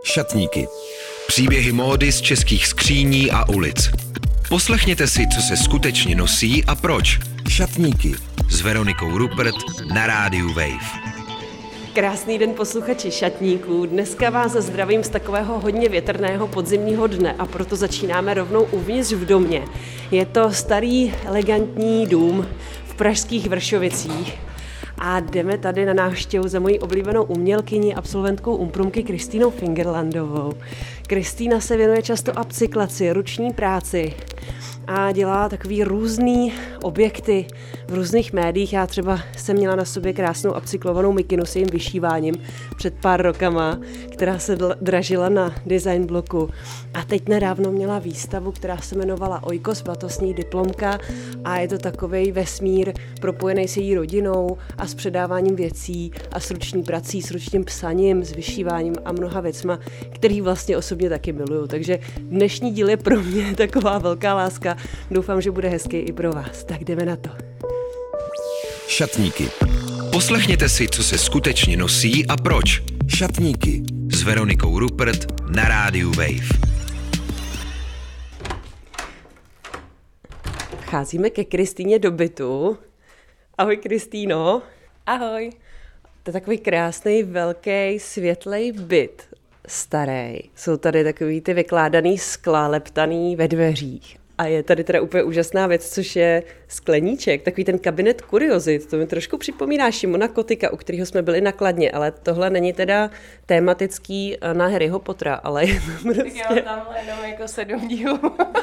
Šatníky. Příběhy módy z českých skříní a ulic. Poslechněte si, co se skutečně nosí a proč. Šatníky s Veronikou Rupert na rádiu Wave. Krásný den, posluchači Šatníků. Dneska vás zdravím z takového hodně větrného podzimního dne a proto začínáme rovnou uvnitř v domě. Je to starý, elegantní dům v pražských Vršovicích a jdeme tady na návštěvu za mojí oblíbenou umělkyni, absolventkou Umprumky Kristýnou Fingerlandovou. Kristýna se věnuje často upcyklaci, ruční práci a dělá takový různý objekty v různých médiích. Já třeba jsem měla na sobě krásnou upcyklovanou mikinu s jejím vyšíváním před pár rokama, která se dražila na design bloku. A teď nedávno měla výstavu, která se jmenovala Oikos, byla to s ní diplomka a je to takovej vesmír propojený s její rodinou a s předáváním věcí a s ruční prací, s ručním psaním, s vyšíváním a mnoha věcma, který vlastně osobně taky miluju. Takže dnešní díl je pro mě taková velká láska. Doufám, že bude hezký i pro vás. Tak jdeme na to. Šatníky. Poslechněte si, co se skutečně nosí a proč. Šatníky s Veronikou Rupert na rádiu Wave. Vcházíme ke Kristýně do bytu. Ahoj, Kristýno. Ahoj. To je takový krásný, velký, světlej byt. Starý. Jsou tady takový ty vykládaný skla, leptaný ve dveřích. A je tady teda úplně úžasná věc, což je skleníček, takový ten kabinet kuriozit. To mi trošku připomíná Šimona Kotika, u kterého jsme byli na Kladně, ale tohle není teda tematický na Harryho Pottera, ale je to prostě... Tak já mám tamhle jenom jako 7 dílů.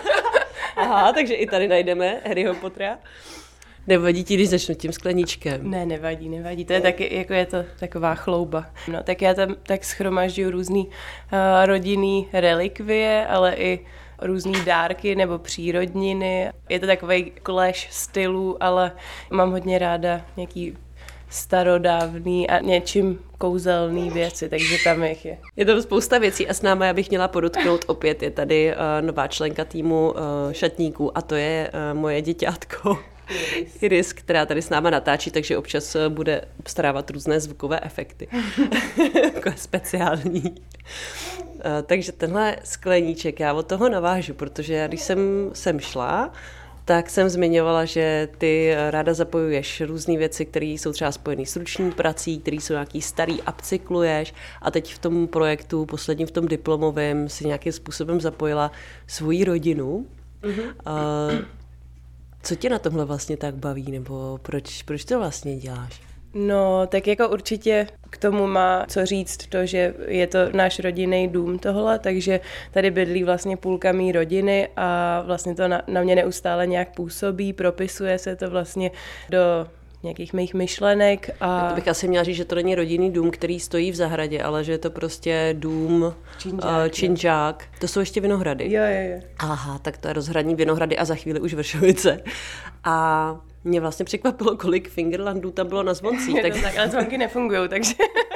Aha, takže i tady najdeme Harryho Pottera. Nevadí ti, když začnu tím skleníčkem? Ne, nevadí. To je taky, jako je to taková chlouba. No, tak já tam tak shromažďuju různý rodinný relikvie, ale i různý dárky nebo přírodniny. Je to takovej clash stylů, ale mám hodně ráda nějaký starodávný a něčím kouzelný věci, takže tam jich je. Je tam spousta věcí a s námi, já bych měla podotknout opět, je tady nová členka týmu šatníků a to je moje děťátko. Iris, která tady s náma natáčí, takže občas bude obstarávat různé zvukové efekty. Jako speciální. Takže tenhle skleníček, já od toho navážu, protože když jsem sem šla, tak jsem zmiňovala, že ty ráda zapojuješ různé věci, které jsou třeba spojené s ruční prací, které jsou nějaký starý, upcykluješ a teď v tom projektu, posledním v tom diplomovém, si nějakým způsobem zapojila svoji rodinu. Mm-hmm. Co tě na tomhle vlastně tak baví, nebo proč to vlastně děláš? No, tak jako určitě k tomu má co říct to, že je to náš rodinný dům tohle, takže tady bydlí vlastně půlka mý rodiny a vlastně to na mě neustále nějak působí, propisuje se to vlastně do nějakých mých myšlenek. A to bych asi měla říct, že to není rodinný dům, který stojí v zahradě, ale že je to prostě dům činžák. To jsou ještě Vinohrady. Jo. Aha, tak to je rozhradní Vinohrady a za chvíli už Vršovice. A mě vlastně překvapilo, kolik Fingerlandů tam bylo na zvoncích. Tak, ale zvonky nefungujou, takže...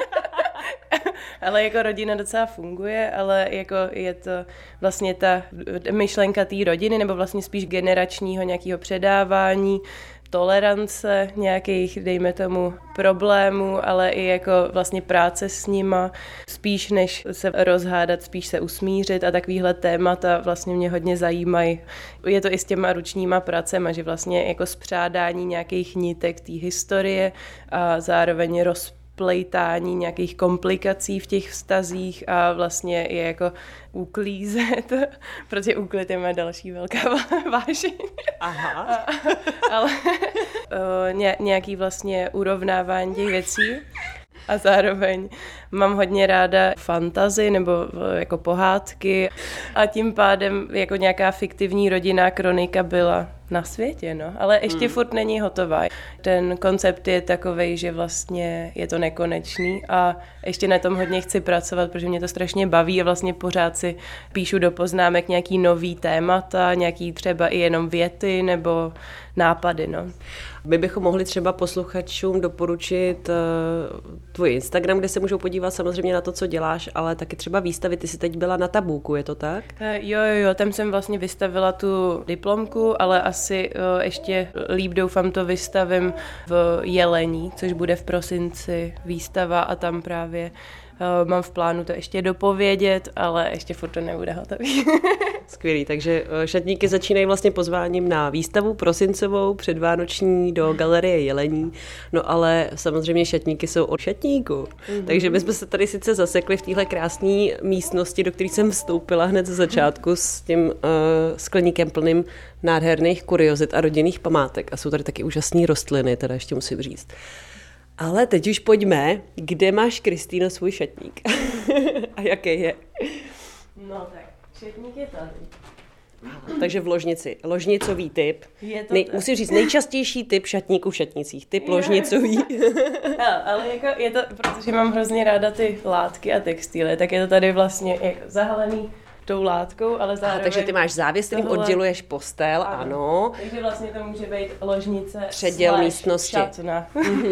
Ale jako rodina docela funguje, ale jako je to vlastně ta myšlenka té rodiny, nebo vlastně spíš generačního nějakého předávání, tolerance nějakých, dejme tomu, problémů, ale i jako vlastně práce s nima, spíš než se rozhádat, spíš se usmířit a takovýhle témata vlastně mě hodně zajímají. Je to i s těma ručníma pracema, že vlastně jako spřádání nějakých nitek té historie a zároveň rozplejtání nějakých komplikací v těch vztazích a vlastně je jako uklízet, protože úklid je moje další velká vášeň. Aha. Ale nějaký vlastně urovnávání těch věcí. A zároveň mám hodně ráda fantasy nebo jako pohádky a tím pádem jako nějaká fiktivní rodinná kronika byla na světě, no. Ale ještě furt není hotová. Ten koncept je takovej, že vlastně je to nekonečný a ještě na tom hodně chci pracovat, protože mě to strašně baví a vlastně pořád si píšu do poznámek nějaký nový témata, nějaký třeba i jenom věty nebo nápady, no. My bychom mohli třeba posluchačům doporučit tvůj Instagram, kde se můžou podívat samozřejmě na to, co děláš, ale taky třeba výstavy. Ty jsi teď byla na Tabůku, je to tak? Jo, tam jsem vlastně vystavila tu diplomku, ale asi ještě líp doufám to vystavím v Jelení, což bude v prosinci výstava a tam právě Mám v plánu to ještě dopovědět, ale ještě furt to nebude hotový. Skvělý, takže šatníky začínají vlastně pozváním na výstavu prosincovou, předvánoční do Galerie Jelení, no ale samozřejmě šatníky jsou od šatníků. Takže my jsme se tady sice zasekli v téhle krásné místnosti, do které jsem vstoupila hned ze začátku s tím skleníkem plným nádherných kuriozit a rodinných památek. A jsou tady taky úžasné rostliny, teda ještě musím říct. Ale teď už pojďme, kde máš, Kristýno, svůj šatník? A jaký je? No tak, šatník je tady. Takže v ložnici. Ložnicový typ. Musím říct, nejčastější typ šatníků v šatnicích. Typ ložnicový. Ale jako je to, protože mám hrozně ráda ty látky a textily, tak je to tady vlastně jako zahalený tou látkou, ale zároveň... Takže ty máš závěs, kterým odděluješ postel, ano. Takže vlastně to může být ložnice předěl místnosti. Šatna.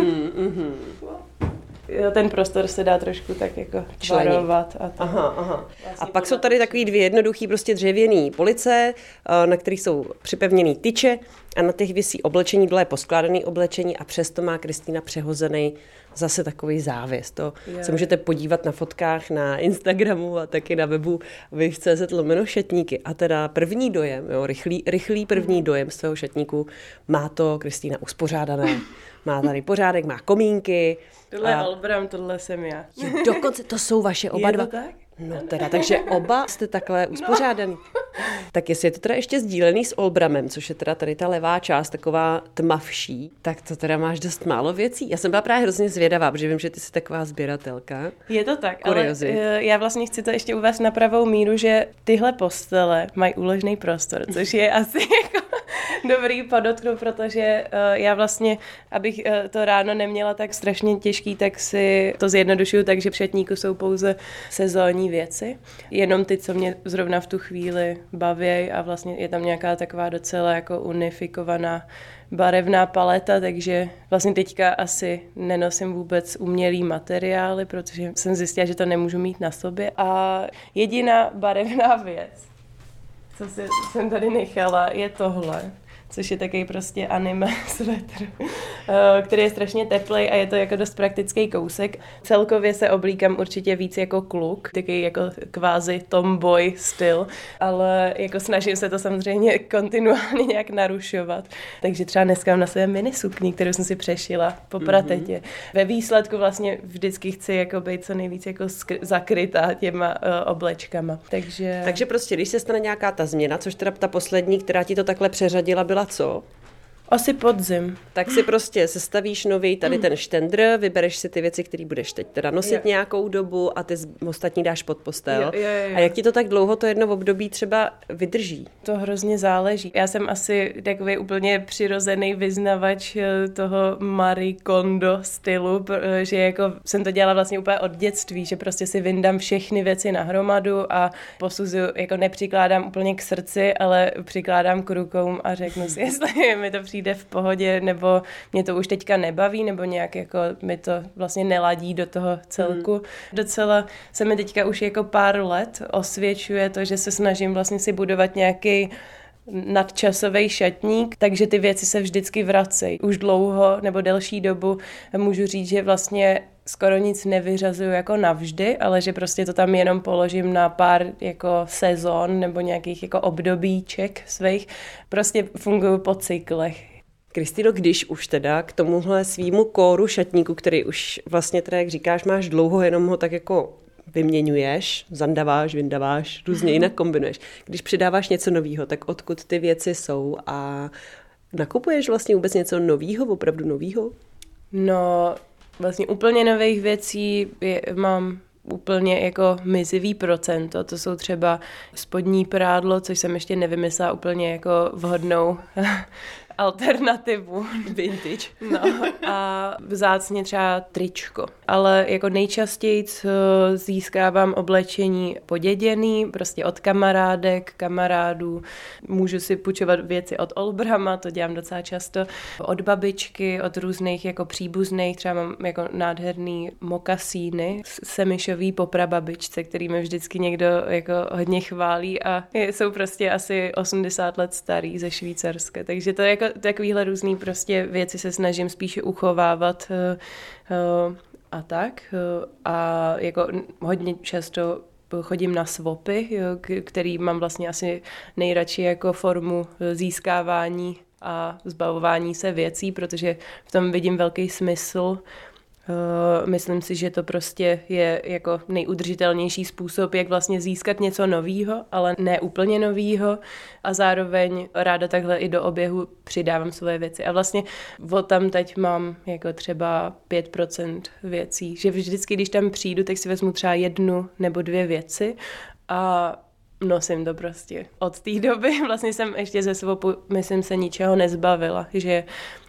Ten prostor se dá trošku tak jako členovat. Aha. Vlastně a pak jsou tady takový dvě jednoduchý prostě dřevěný police, na kterých jsou připevněný tyče a na těch visí oblečení, dole je poskládaný oblečení a přesto má Kristýna přehozený zase takový závěs. To se můžete podívat na fotkách na Instagramu a taky na webu wave.cz/šatníky. A teda první dojem, rychlý první dojem z toho šatníku má to Kristýna uspořádané. Má tady pořádek, má komínky. Tohle je Olbram, tohle jsem já. Dokonce to jsou vaše oba dva. Je to tak? No teda, takže oba jste takhle uspořádaný. Tak jestli je to teda ještě sdílený s Olbramem, což je teda tady ta levá část, taková tmavší, tak to teda máš dost málo věcí. Já jsem byla právě hrozně zvědavá, protože vím, že ty jsi taková sběratelka. Je to tak, kuriozit. Ale já vlastně chci to ještě uvést na pravou míru, že tyhle postele mají úložný prostor, což je asi jako dobrý podotknout, protože já vlastně, abych to ráno neměla tak strašně těžký, tak si to zjednodušuju, takže v šatníku jsou pouze sezónní věci. Jenom ty, co mě zrovna v tu chvíli baví a vlastně je tam nějaká taková docela jako unifikovaná barevná paleta, takže vlastně teďka asi nenosím vůbec umělý materiály, protože jsem zjistila, že to nemůžu mít na sobě. A jediná barevná věc, co jsem tady nechala, je tohle, což je takový prostě anime svetr, který je strašně teplej a je to jako dost praktický kousek. Celkově se oblíkám určitě víc jako kluk, takový jako kvázi tomboy styl, ale jako snažím se to samozřejmě kontinuálně nějak narušovat. Takže třeba dneska mám na sebe minisukni, kterou jsem si přešila po pratetě. Ve výsledku vlastně vždycky chci jako být co nejvíc jako zakrytá těma oblečkama. Takže prostě, když se stane nějaká ta změna, což teda ta poslední, která ti to takhle přeřadila, byla co? Asi podzim. Tak si prostě sestavíš nový tady ten štendr, vybereš si ty věci, které budeš teď teda nosit nějakou dobu a ty ostatní dáš pod postel. A jak ti to tak dlouho to jedno období třeba vydrží? To hrozně záleží. Já jsem asi takový úplně přirozený vyznavač toho Marie Kondo stylu, že jako jsem to dělala vlastně úplně od dětství, že prostě si vyndám všechny věci na hromadu a posuzuju, jako nepřikládám úplně k srdci, ale přikládám k rukou a řeknu si, jestli mi to přijde v pohodě, nebo mě to už teďka nebaví, nebo nějak jako mi to vlastně neladí do toho celku. Docela se mi teďka už jako pár let osvědčuje to, že se snažím vlastně si budovat nějaký nadčasový šatník, takže ty věci se vždycky vracejí. Už dlouho nebo delší dobu můžu říct, že vlastně skoro nic nevyřazuju jako navždy, ale že prostě to tam jenom položím na pár jako sezon nebo nějakých jako obdobíček svých. Prostě funguju po cyklech. Kristýno, když už teda k tomuhle svýmu kóru šatníku, který už vlastně teda, jak říkáš, máš dlouho, jenom ho tak jako vyměňuješ, zandaváš, vyndaváš, různě jinak kombinuješ. Když přidáváš něco novýho, tak odkud ty věci jsou a nakupuješ vlastně vůbec něco novýho, opravdu novýho? No, vlastně úplně nových věcí mám úplně jako mizivý procento. To jsou třeba spodní prádlo, což jsem ještě nevymyslela úplně jako vhodnou alternativu. Vintage. No a vzácně třeba tričko. Ale jako nejčastěji získávám oblečení poděděný, prostě od kamarádek, kamarádů. Můžu si půjčovat věci od Olbrama, to dělám docela často, od babičky, od různých jako příbuzných, třeba mám jako nádherný mokasíny, semišový po prababičce, který mi vždycky někdo jako hodně chválí a jsou prostě asi 80 let starý ze Švýcarska, takže to je jako takovýhle různý prostě věci se snažím spíše uchovávat a tak. A jako hodně často chodím na swapy, který mám vlastně asi nejradši jako formu získávání a zbavování se věcí, protože v tom vidím velký smysl. Myslím si, že to prostě je jako nejudržitelnější způsob, jak vlastně získat něco novýho, ale ne úplně novýho a zároveň ráda takhle i do oběhu přidávám svoje věci. A vlastně od tam teď mám jako třeba 5% věcí, že vždycky, když tam přijdu, tak si vezmu třeba 1 nebo 2 věci a nosím to prostě od té doby. Vlastně jsem ještě ze swapu, myslím, se ničeho nezbavila, že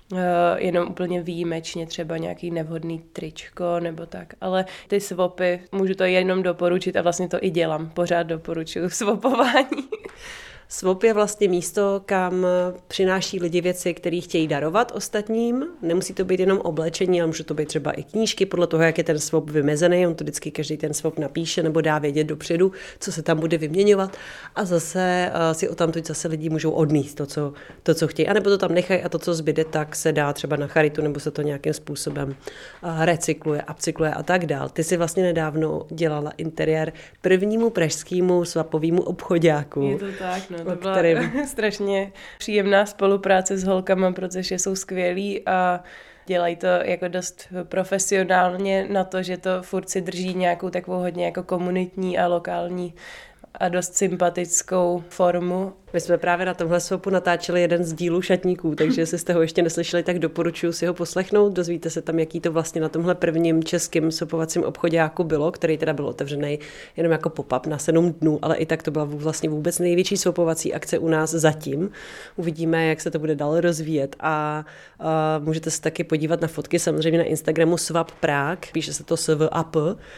jenom úplně výjimečně třeba nějaký nevhodný tričko nebo tak. Ale ty swapy, můžu to jenom doporučit a vlastně to i dělám. Pořád doporučuji swapování. Swap je vlastně místo, kam přináší lidi věci, které chtějí darovat ostatním. Nemusí to být jenom oblečení, ale může to být třeba i knížky, podle toho, jak je ten swap vymezený. On to vždycky každý ten swap napíše nebo dá vědět dopředu, co se tam bude vyměňovat. A zase si odtamtud zase lidi můžou odníst to, co chtějí. A nebo to tam nechají a to, co zbyde, tak se dá třeba na charitu nebo se to nějakým způsobem recykluje, upcykluje a tak dál. Ty si vlastně nedávno dělala interiér prvnímu pražskému swapovému obchoďáku. Je to tak, no. To byla strašně příjemná spolupráce s holkama, protože jsou skvělí a dělají to jako dost profesionálně na to, že to furt si drží nějakou takovou hodně jako komunitní a lokální a dost sympatickou formu. My jsme právě na tomhle swapu natáčeli jeden z dílů Šatníků, takže jestli jste ho ještě neslyšeli, tak doporučuji si ho poslechnout. Dozvíte se tam, jaký to vlastně na tomhle prvním českým swapovacím obchoďáku bylo, který teda byl otevřený jenom jako pop-up na 7 dnů, ale i tak to byla vlastně vůbec největší swapovací akce u nás zatím. Uvidíme, jak se to bude dál rozvíjet a můžete se taky podívat na fotky samozřejmě na Instagramu Swap Prague, píše se to SWAP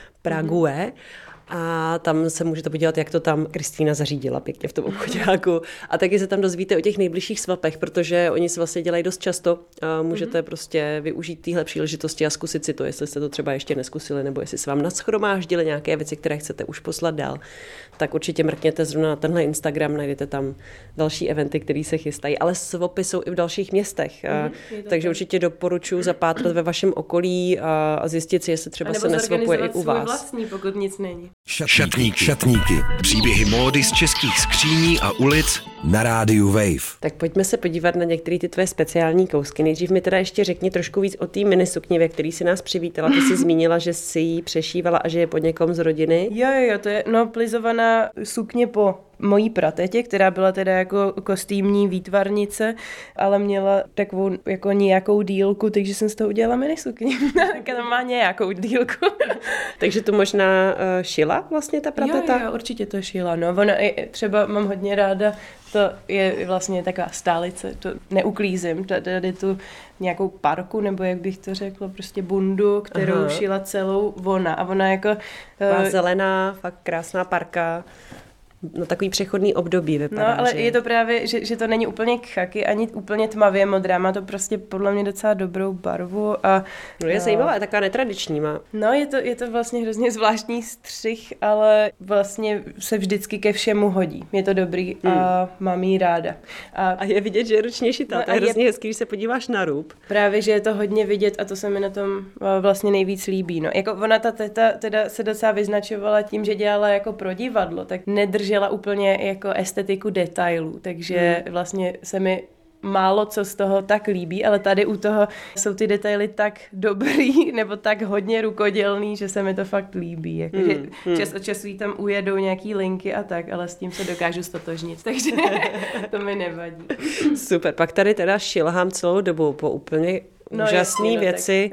Prague. A tam se můžete podívat, jak to tam Kristýna zařídila pěkně v tom obchoďáku. A taky se tam dozvíte o těch nejbližších swapech, protože oni se vlastně dělají dost často. A můžete prostě využít téhle příležitosti a zkusit si to, jestli jste to třeba ještě neskusili, nebo jestli se vám nashromáždily nějaké věci, které chcete už poslat dál. Tak určitě mrkněte zrovna na tenhle Instagram, najdete tam další eventy, které se chystají. Ale swapy jsou i v dalších městech. Takže určitě doporučuji zapátrat ve vašem okolí a zjistit si, jestli třeba se neswapuje i u vás. Vlastní, pokud nic není. Šatníky. Příběhy módy z českých skříní a ulic na rádiu Wave. Tak pojďme se podívat na některé ty tvoje speciální kousky. Nejdřív mi teda ještě řekni trošku víc o té minisukni, ve který si nás přivítala. Ty jsi zmínila, že si ji přešívala a že je po někom z rodiny. Jo, to je plizovaná sukně po mojí pratetě, která byla teda jako kostýmní výtvarnice, ale měla takovou jako nějakou dílku, takže jsem z toho udělala minisukni. To má nějakou dílku. Takže to možná šila vlastně ta prateta? Jo, určitě to šila. No, ona třeba mám hodně ráda, to je vlastně taková stálice, to neuklízím, tady tu nějakou parku, nebo jak bych to řekla, prostě bundu, kterou šila celou ona. A ona jako... zelená, fakt krásná parka. No takový přechodný období vypadá. No, ale je to právě, že to není úplně khaki, ani úplně tmavě modrá, má to prostě podle mě docela dobrou barvu. A, no je zajímavá, je taková netradiční má. No, je to vlastně hrozně zvláštní střih, ale vlastně se vždycky ke všemu hodí. Je to dobrý a mám jí ráda. A je vidět, že je ručně šitá, no, to je hrozně hezký, když se podíváš na růb. Právě, že je to hodně vidět a to se mi na tom vlastně nejvíc líbí. No, jako ona ta teta teda se docela vyznačovala tím, že dělala jako pro divadlo, tak nedržela úplně jako estetiku detailů, takže vlastně se mi málo co z toho tak líbí, ale tady u toho jsou ty detaily tak dobrý nebo tak hodně rukodělný, že se mi to fakt líbí. Jakože čas od času jí tam ujedou nějaký linky a tak, ale s tím se dokážu stotožnit, takže to mi nevadí. Super, pak tady teda šilhám celou dobu po úplně úžasné věci.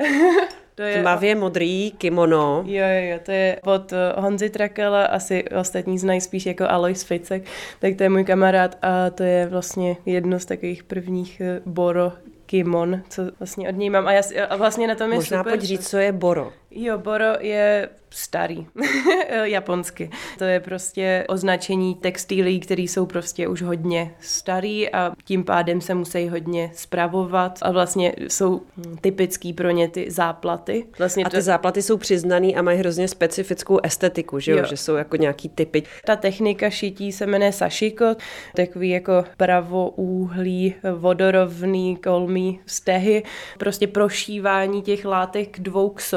Tmavě modrý kimono. Jo, to je od Honzy Trakela, asi ostatní znají spíš jako Alois Ficek, tak to je můj kamarád a to je vlastně jedno z takových prvních boro kimon, co vlastně od něj mám. A vlastně na tom je možná super. Možná pojď říct, co je boro. Jo, boro je starý, japonsky. To je prostě označení textilí, které jsou prostě už hodně starý a tím pádem se musí hodně spravovat a vlastně jsou typický pro ně ty záplaty. Vlastně a ty záplaty jsou přiznaný a mají hrozně specifickou estetiku, že jo? Že jsou jako nějaký typy. Ta technika šití se jmenuje sashiko, takový jako pravoúhlý, vodorovný, kolmý stehy, prostě prošívání těch látek dvou k sobě, aby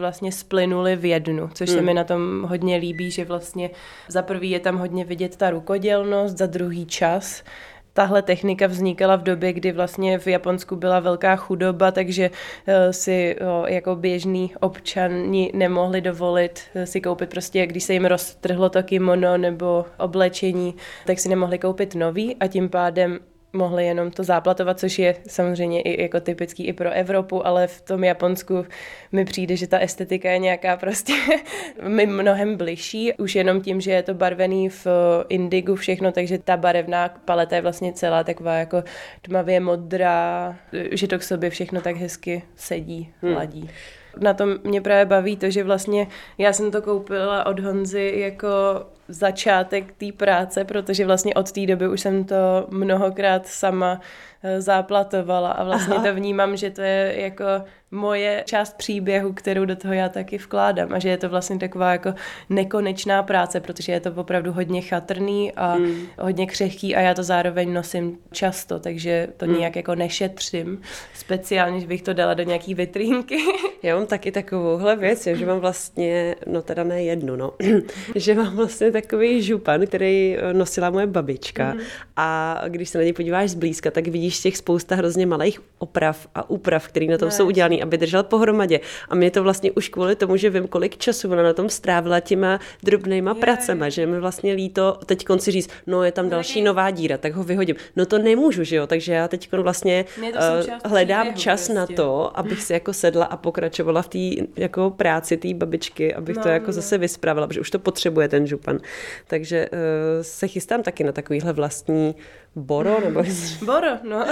vlastně splynuly v jednu, což se mi na tom hodně líbí, že vlastně za prvý je tam hodně vidět ta rukodělnost, za druhý čas. Tahle technika vznikala v době, kdy vlastně v Japonsku byla velká chudoba, takže si jako běžný občani nemohli dovolit si koupit prostě, když se jim roztrhlo to kimono nebo oblečení, tak si nemohli koupit nový a tím pádem mohli jenom to záplatovat, což je samozřejmě i jako typický i pro Evropu, ale v tom Japonsku mi přijde, že ta estetika je nějaká prostě mi mnohem bližší, už jenom tím, že je to barvený v indigu všechno, takže ta barevná paleta je vlastně celá taková jako tmavě modrá, že to k sobě všechno tak hezky sedí, ladí. Na tom mě právě baví to, že vlastně já jsem to koupila od Honzy jako začátek té práce, protože vlastně od té doby už jsem to mnohokrát sama záplatovala a vlastně to vnímám, že to je jako moje část příběhu, kterou do toho já taky vkládám a že je to vlastně taková jako nekonečná práce, protože je to opravdu hodně chatrný a hodně křehký a já to zároveň nosím často, takže to nijak jako nešetřím. Speciálně, že bych to dala do nějaký vitrínky. Já mám taky takovouhle věc, že mám vlastně, no teda ne jednu, no, že mám vlastně takový župan, který nosila moje babička a když se na něj podíváš zblízka, tak vidíš těch spousta hrozně malých oprav a úprav, které na tom jsou udělané, aby držel pohromadě. A mě to vlastně už kvůli tomu, že vím, kolik času ona na tom strávila těma drobnejma pracema, že mi vlastně líto teď konci říct, no je tam další nová díra, tak ho vyhodím. No to nemůžu, že jo, takže já teď vlastně hledám čas na to, abych si jako sedla a pokračovala v té jako práci té babičky, abych to jako zase vyspravila, protože už to potřebuje ten župan. Takže se chystám taky na takovýhle vlastní boro, nebo... Boro, no.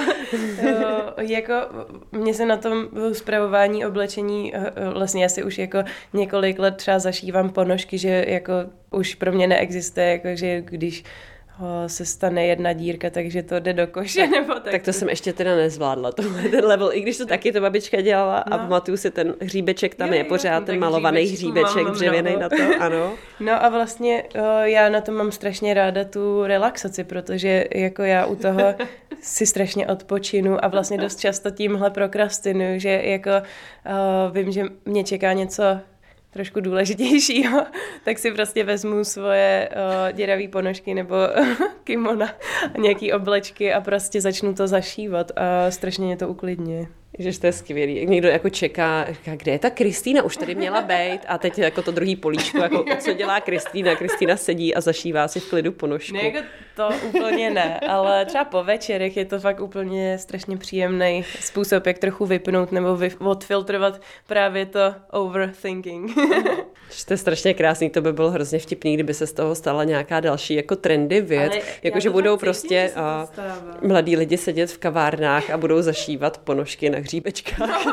Jako mě se na tom spravování oblečení, vlastně já si už jako několik let třeba zašívám ponožky, že jako už pro mě neexistuje, jako že když se stane jedna dírka, takže to jde do koše, nebo tak. Tak to jsem ještě teda nezvládla, ten level, i když to taky to babička dělala a pamatuju si ten hříbeček, tam je pořád ten malovaný hříbeček dřevěný na to, ano. No a vlastně já na to mám strašně ráda tu relaxaci, protože jako já u toho si strašně odpočinu a vlastně dost často tímhle prokrastinuju, že jako vím, že mě čeká něco trošku důležitějšího, tak si prostě vezmu svoje děravý ponožky nebo kimona a nějaký oblečky a prostě začnu to zašívat a strašně mě to uklidňuje. Ježiš, to je skvělý. Někdo jako čeká, říká, kde je ta Kristýna? Už tady měla bejt a teď jako to druhý políčko, jako co dělá Kristýna? Kristýna sedí a zašívá si v klidu ponožku. Ne, jako to úplně ne, ale třeba po večerech je to fakt úplně strašně příjemný způsob, jak trochu vypnout nebo odfiltrovat právě to overthinking. To je strašně krásný, to by bylo hrozně vtipný, kdyby se z toho stala nějaká další jako trendy věc, jakože budou prostě mladí lidi sedět v kavárnách a budou zašívat ponožky na hříbečkách.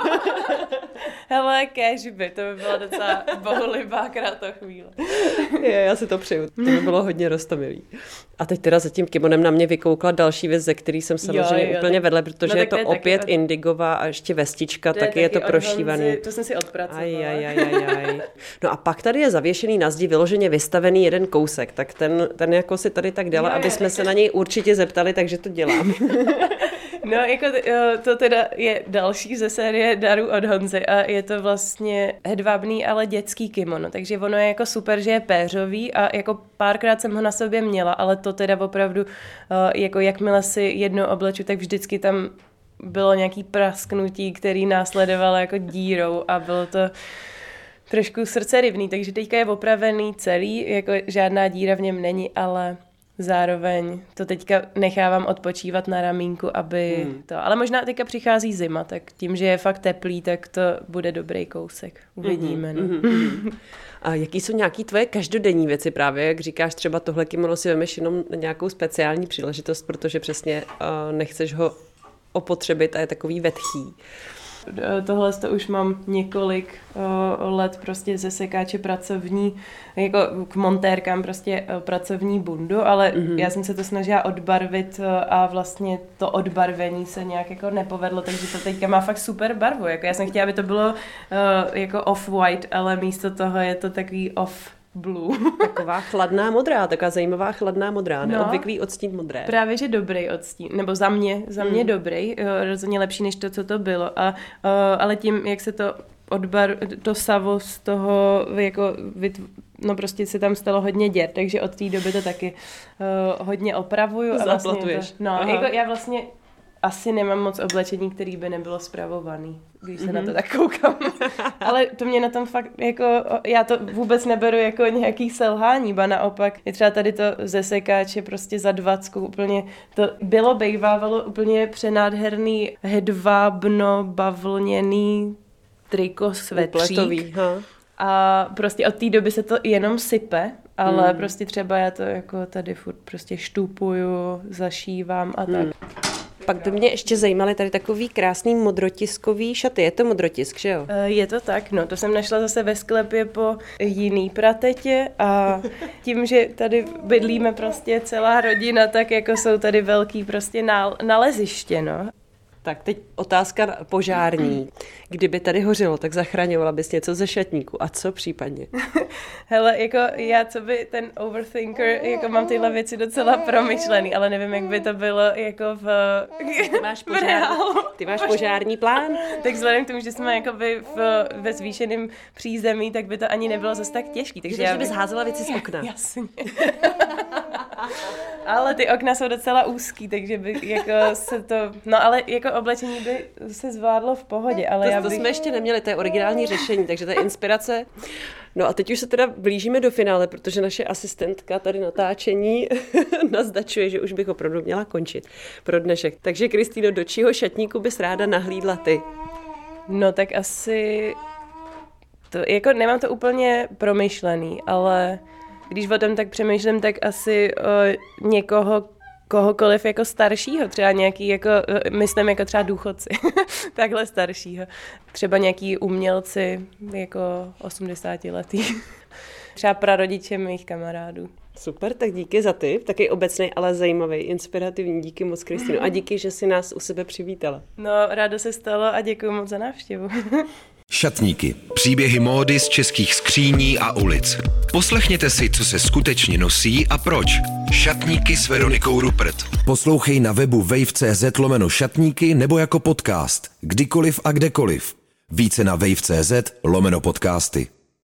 Hele, kéžby, to by byla docela bohulibá chvíle. Já si to přeju, to by bylo hodně roztomilý. A teď teda za tím kimonem na mě vykoukla další věc, ze který jsem samozřejmě úplně vedle, protože no, je to opět indigová a ještě vestička, taky je to prošívaný. To jsem si odpracovala. Aj. No a pak tady je zavěšený na zdi vyloženě vystavený jeden kousek, tak ten jako si tady tak dala, aby jsme se na něj určitě zeptali, takže to dělám. No, jako to teda je další ze série darů od Honzy a je to vlastně hedvábný, ale dětský kimono, takže ono je jako super, že je péřový a jako párkrát jsem ho na sobě měla, ale to teda opravdu, jako jakmile si jednou obleču, tak vždycky tam bylo nějaký prasknutí, který následovalo jako dírou a bylo to trošku srdcerivný, takže teďka je opravený celý, jako žádná díra v něm není, ale zároveň to teďka nechávám odpočívat na ramínku, aby to... Ale možná teďka přichází zima, tak tím, že je fakt teplý, tak to bude dobrý kousek. Uvidíme. A jaký jsou nějaký tvoje každodenní věci právě, jak říkáš, třeba tohle kimono si vemeš jenom na nějakou speciální příležitost, protože přesně nechceš ho opotřebit a je takový vetchý. Tohle to už mám několik let prostě ze sekáče pracovní, jako k montérkám prostě pracovní bundu, ale já jsem se to snažila odbarvit a vlastně to odbarvení se nějak jako nepovedlo, takže to teďka má fakt super barvu. Jako já jsem chtěla, aby to bylo jako off-white, ale místo toho je to takový off-blue. Taková chladná modrá, taková zajímavá chladná modrá, neobvyklý odstín modré. Právě, že dobrý odstín, nebo za mě dobrý, rozhodně lepší než to, co to bylo. Ale tím, jak se to to savo z toho, jako no prostě se tam stalo hodně děr, takže od té doby to taky hodně opravuju. A Zaplatuješ. Vlastně jako já vlastně asi nemám moc oblečení, který by nebylo spravovaný, když se na to tak koukám. Ale to mě na tom fakt, jako, já to vůbec neberu jako nějaký selhání, ba naopak. Je třeba tady to ze sekáče prostě za 20 úplně, to bývávalo úplně přenádherný hedvábno bavlněný triko svetřík. A prostě od té doby se to jenom sype, ale prostě třeba já to jako tady furt prostě štupuju, zašívám a tak. Pak by mě ještě zajímaly tady takový krásný modrotiskový šaty. Je to modrotisk, že jo? Je to tak, no. To jsem našla zase ve sklepě po jiný pratetě a tím, že tady bydlíme prostě celá rodina, tak jako jsou tady velký prostě naleziště, no. Tak teď otázka požární. Kdyby tady hořilo, tak zachraňovala bys něco ze šatníku. A co případně? Hele, jako já, co by ten overthinker, jako mám tyhle věci docela promyšlený, ale nevím, jak by to bylo jako Ty máš požární plán? Tak vzhledem k tomu, že jsme jakoby ve zvýšeném přízemí, tak by to ani nebylo zase tak těžký. Takže já bys házela věci z okna. Jasně. Ale ty okna jsou docela úzký, takže by jako se to... No ale jako oblečení by se zvládlo v pohodě, ale to jsme ještě neměli, to je originální řešení, takže to je inspirace. No a teď už se teda blížíme do finále, protože naše asistentka tady natáčení naznačuje, že už bych opravdu měla končit pro dnešek. Takže Kristýno, do čího šatníku bys ráda nahlídla ty? No tak asi... To, jako nemám to úplně promyšlený, ale když o tom tak přemýšlím, tak asi kohokoliv jako staršího, třeba nějaký jako, myslím jako třeba důchodci, takhle staršího. Třeba nějaký umělci jako 80letý. Třeba prarodiče mých kamarádů. Super, tak díky za tip, taky obecný, ale zajímavý, inspirativní, díky moc Kristýno a díky, že jsi nás u sebe přivítala. No, rádo se stalo a děkuji moc za návštěvu. Šatníky. Příběhy módy z českých skříní a ulic. Poslechněte si, co se skutečně nosí a proč. Šatníky s Veronikou Rupert. Poslouchej na webu wave.cz/šatníky nebo jako podcast. Kdykoliv a kdekoliv. Více na wave.cz/podcasty.